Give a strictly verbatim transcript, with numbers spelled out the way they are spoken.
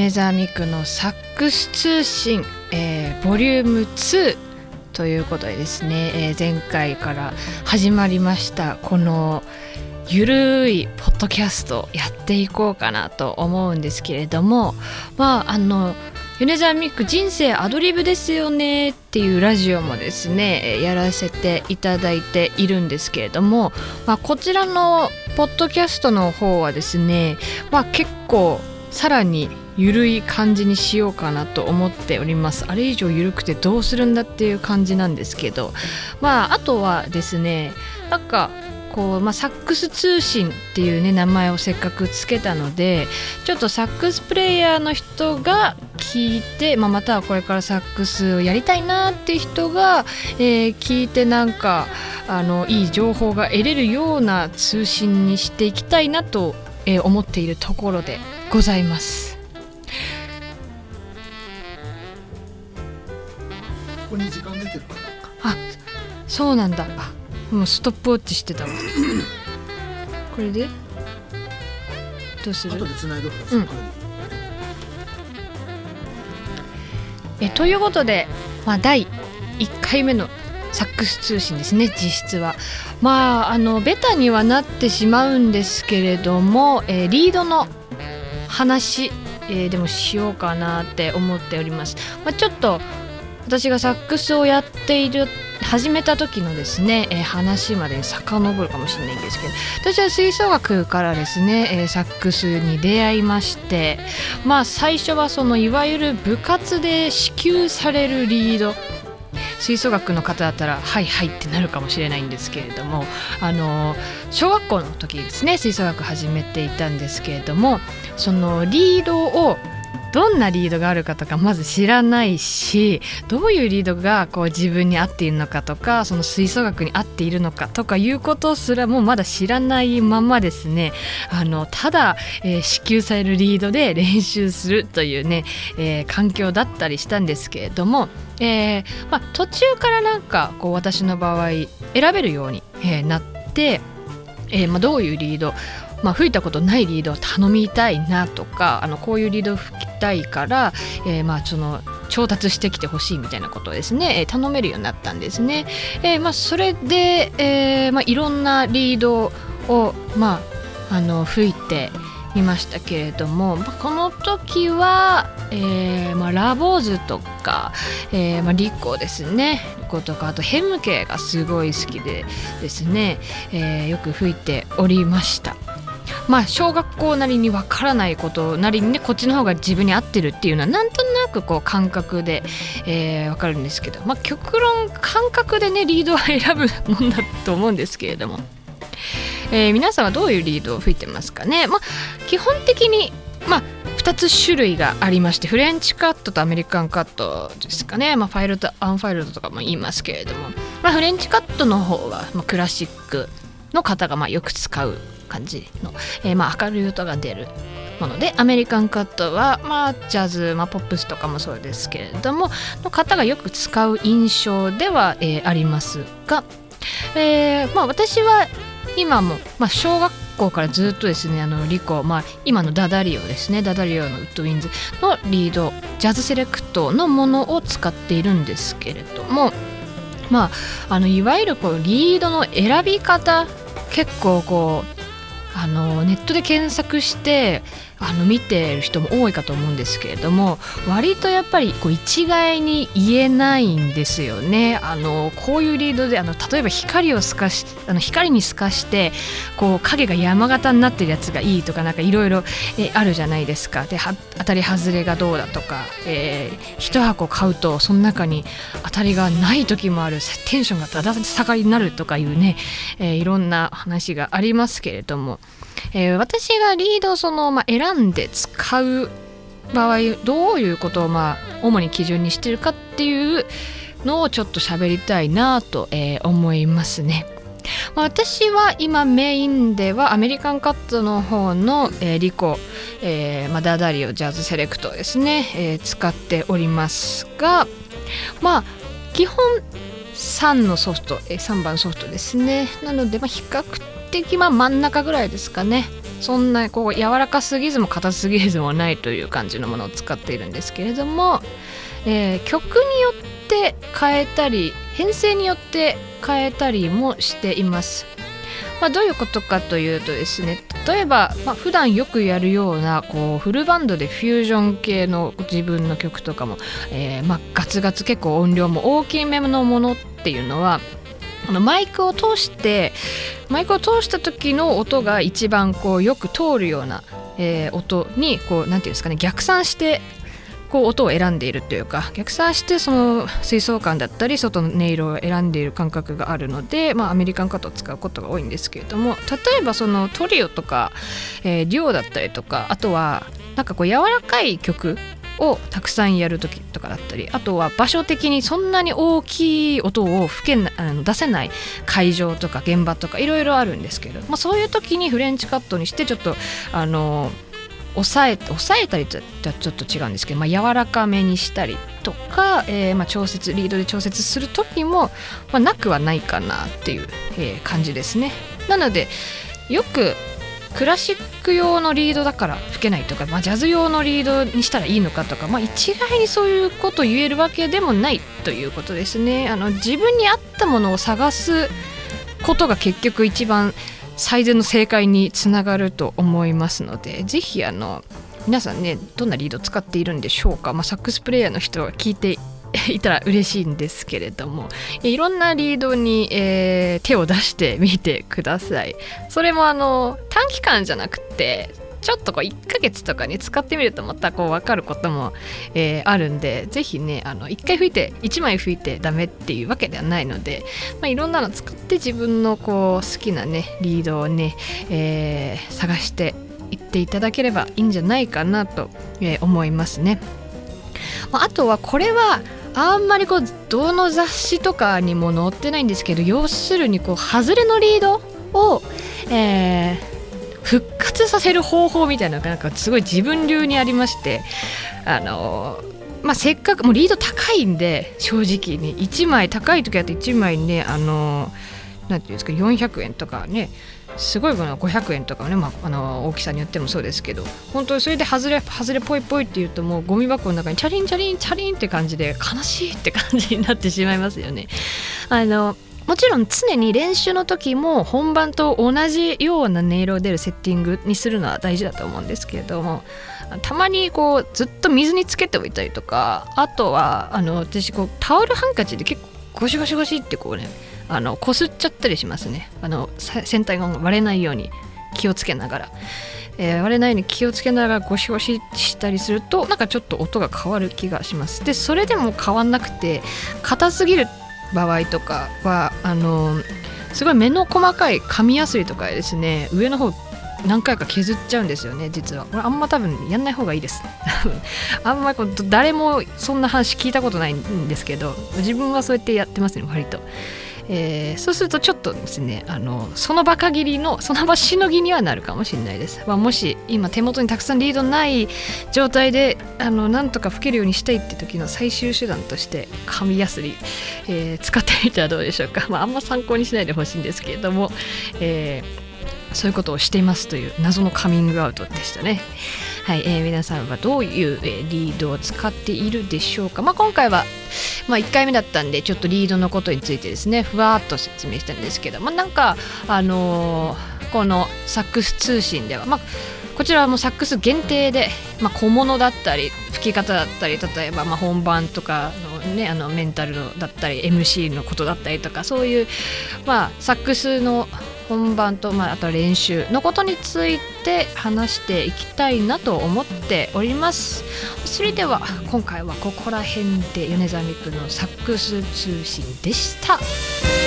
米沢美久のサックス通信、えー、ボリュームツーということでですね、えー、前回から始まりましたこのゆるいポッドキャストやっていこうかなと思うんですけれども、まああの米沢美久人生アドリブですよねっていうラジオもですねやらせていただいているんですけれども、まあ、こちらのポッドキャストの方はですね、まあ、結構さらにゆるい感じにしようかなと思っております。あれ以上ゆるくてどうするんだっていう感じなんですけど、まああとはですね、なんかこう、まあ、サックス通信っていうね名前をせっかくつけたので、ちょっとサックスプレイヤーの人が聞いて、まあ、またはこれからサックスをやりたいなっていう人が、えー、聞いてなんかあのいい情報が得れるような通信にしていきたいなと、えー、思っているところでございます。 ここに時間出てるかな。 あ、そうなんだ。あ、もうストップウォッチしてたわこれでどうする？ 後で繋いどください、うん、 えということで、まあ、だいいっかいめのサックス通信ですね。実質はまああのベタにはなってしまうんですけれども、えー、リードの話、えー、でもしようかなって思っております。まあ、ちょっと私がサックスをやっている始めた時のですね、えー、話まで遡るかもしれないんですけど、私は吹奏楽からですね、えー、サックスに出会いまして、まあ最初はそのいわゆる部活で支給されるリード、吹奏楽の方だったらはいはいってなるかもしれないんですけれども、あの小学校の時ですね吹奏楽始めていたんですけれども、そのリードをどんなリードがあるかとかまず知らないし、どういうリードがこう自分に合っているのかとか、その吹奏楽に合っているのかとかいうことすらもまだ知らないままですね、あのただ、えー、支給されるリードで練習するというね、えー、環境だったりしたんですけれども、えーまあ、途中からなんかこう私の場合選べるように、えー、なって、えーまあ、どういうリード、まあ、吹いたことないリードを頼みたいなとか、あのこういうリードを吹きたいから、えー、まあその調達してきてほしいみたいなことをですね、えー、頼めるようになったんですね。えーまあ、それで、えーまあ、いろんなリードを、まあ、あの吹いてみましたけれども、まあ、この時は、えーまあ、ラボーズとか、えーまあ、リコですね、リコとかあとヘムケがすごい好きでですね、えー、よく吹いておりました。まあ小学校なりにわからないことなりにね、こっちの方が自分に合ってるっていうのはなんとなくこう感覚で、えー、わかるんですけど、まあ極論感覚でねリードは選ぶもんだと思うんですけれども、えー、皆さんはどういうリードを吹いてますかね。まあ基本的にまあふたつ種類がありまして、フレンチカットとアメリカンカットですかね。まあファイルドアンファイルドとかも言いますけれども、まあフレンチカットの方は、まあ、クラシックの方がまあよく使う感じの、えー、まあ明るい音が出るもので、アメリカンカットはまあジャズ、まあ、ポップスとかもそうですけれどもの方がよく使う印象では、えー、ありますが、えーまあ、私は今も、まあ、小学校からずっとですね、あのリコ、まあ、今のダダリオですね、ダダリオのウッドウィンズのリード、ジャズセレクトのものを使っているんですけれども、まあ、あのいわゆるこうリードの選び方、結構こうあのネットで検索してあの見ている人も多いかと思うんですけれども、割とやっぱりこう一概に言えないんですよね。あのこういうリードであの例えば光を透かしあの光に透かしてこう影が山形になってるやつがいいとか、なんかいろいろあるじゃないですか。では当たり外れがどうだとか、えー、一箱買うとその中に当たりがない時もある、テンションがだだ下がりになるとかいうね、えー、いろんな話がありますけれども、えー、私がリードをその、まあ、選んで使う場合どういうことを、まあ、主に基準にしているかっていうのをちょっと喋りたいなと、えー、思いますね。まあ、私は今メインではアメリカンカットの方の、えー、リコ、えーまあ、ダダリオジャズセレクトですね、えー、使っておりますが、まあ基本さんのソフト、えー、さんばんソフトですね。なので、まあ、比較的まあ真ん中ぐらいですかね。 そんなこう柔らかすぎずも硬すぎずもないという感じのものを使っているんですけれども、えー、曲によって変えたり編成によって変えたりもしています。まあ、どういうことかというとですね、例えば、まあ、普段よくやるようなこうフルバンドでフュージョン系の自分の曲とかも、えーまあ、ガツガツ結構音量も大きめのものっていうのはあのマイクを通してマイクを通した時の音が一番こうよく通るような、えー、音にこうなんていうんですかね、逆算してこう音を選んでいるというか、逆算してその吹奏感だったり外の音色を選んでいる感覚があるので、まあ、アメリカンカットを使うことが多いんですけれども、例えばそのトリオとか、えー、デュオだったりとか、あとはなんかこう柔らかい曲をたくさんやるときとかだったり、あとは場所的にそんなに大きい音を吹けなあの出せない会場とか現場とかいろいろあるんですけど、まあ、そういう時にフレンチカットにしてちょっとあの抑え抑えたりとはちょっと違うんですけど、まあ、柔らかめにしたりとか、えー、まあ調節リードで調節する時も、まあ、なくはないかなっていう、えー、感じですね。なのでよくクラシック用のリードだから吹けないとか、まあ、ジャズ用のリードにしたらいいのかとか、まあ、一概にそういうことを言えるわけでもないということですね。あの自分に合ったものを探すことが結局一番最善の正解につながると思いますので、ぜひあの皆さんね、どんなリードを使っているんでしょうか。まあ、サックスプレイヤーの人が聞いていたら嬉しいんですけれども、いろんなリードに、えー、手を出してみてください。それもあの短期間じゃなくてちょっとこういっかげつとかに使ってみるとまたこう分かることも、えー、あるんで、ぜひねあのいっかい吹いていちまい吹いてダメっていうわけではないので、まあ、いろんなの使って自分のこう好きなねリードをね、えー、探していっていただければいいんじゃないかなと、えー、思いますね。あとはこれはあんまりこうどの雑誌とかにも載ってないんですけど、要するにこう外れのリードを、えー、復活させる方法みたいなのがなんかすごい自分流にありまして、あのーまあ、せっかくもうリード高いんで正直にいちまい高い時だっていちまいね、あのー、なんていうんですかよんひゃくえんとかね、すごいものはごひゃくえんとかね、まあ、あの大きさによってもそうですけど、本当にそれで外れ外れぽいぽいって言うともうゴミ箱の中にチャリンチャリンチャリンって感じで悲しいって感じになってしまいますよね。あのもちろん常に練習の時も本番と同じような音色を出るセッティングにするのは大事だと思うんですけれども、たまにこうずっと水につけておいたりとか、あとはあの私こうタオルハンカチで結構ゴシゴシゴシってこうねあのこすっちゃったりしますね。あの先端が割れないように気をつけながら、えー、割れないように気をつけながらゴシゴシしたりするとなんかちょっと音が変わる気がします。でそれでも変わんなくて硬すぎる場合とかはあのすごい目の細かい紙やすりとかですね、上の方何回か削っちゃうんですよね。実はこれあんま多分やんない方がいいですあんまりこう誰もそんな話聞いたことないんですけど、自分はそうやってやってますね割と。えー、そうするとちょっとですねあのその場限りのその場しのぎにはなるかもしれないです。まあ、もし今手元にたくさんリードない状態であのなんとか吹けるようにしたいって時の最終手段として紙やすり、えー、使ってみてはどうでしょうか。まあ、あんま参考にしないでほしいんですけれども、えー、そういうことをしていますという謎のカミングアウトでしたね。はい、えー、皆さんはどういう、えー、リードを使っているでしょうか。まあ、今回は、まあ、いっかいめだったんでちょっとリードのことについてですねふわっと説明したんですけど、まあ、なんかあのー、このサックス通信では、まあ、こちらはもうサックス限定で、まあ、小物だったり吹き方だったり、例えばまあ本番とかの、ね、あのメンタルのだったり エムシー のことだったりとか、そういう、まあ、サックスの本番と、まあ、あと練習のことについて話していきたいなと思っております。それでは今回はここら辺で米沢美久のサックス通信でした。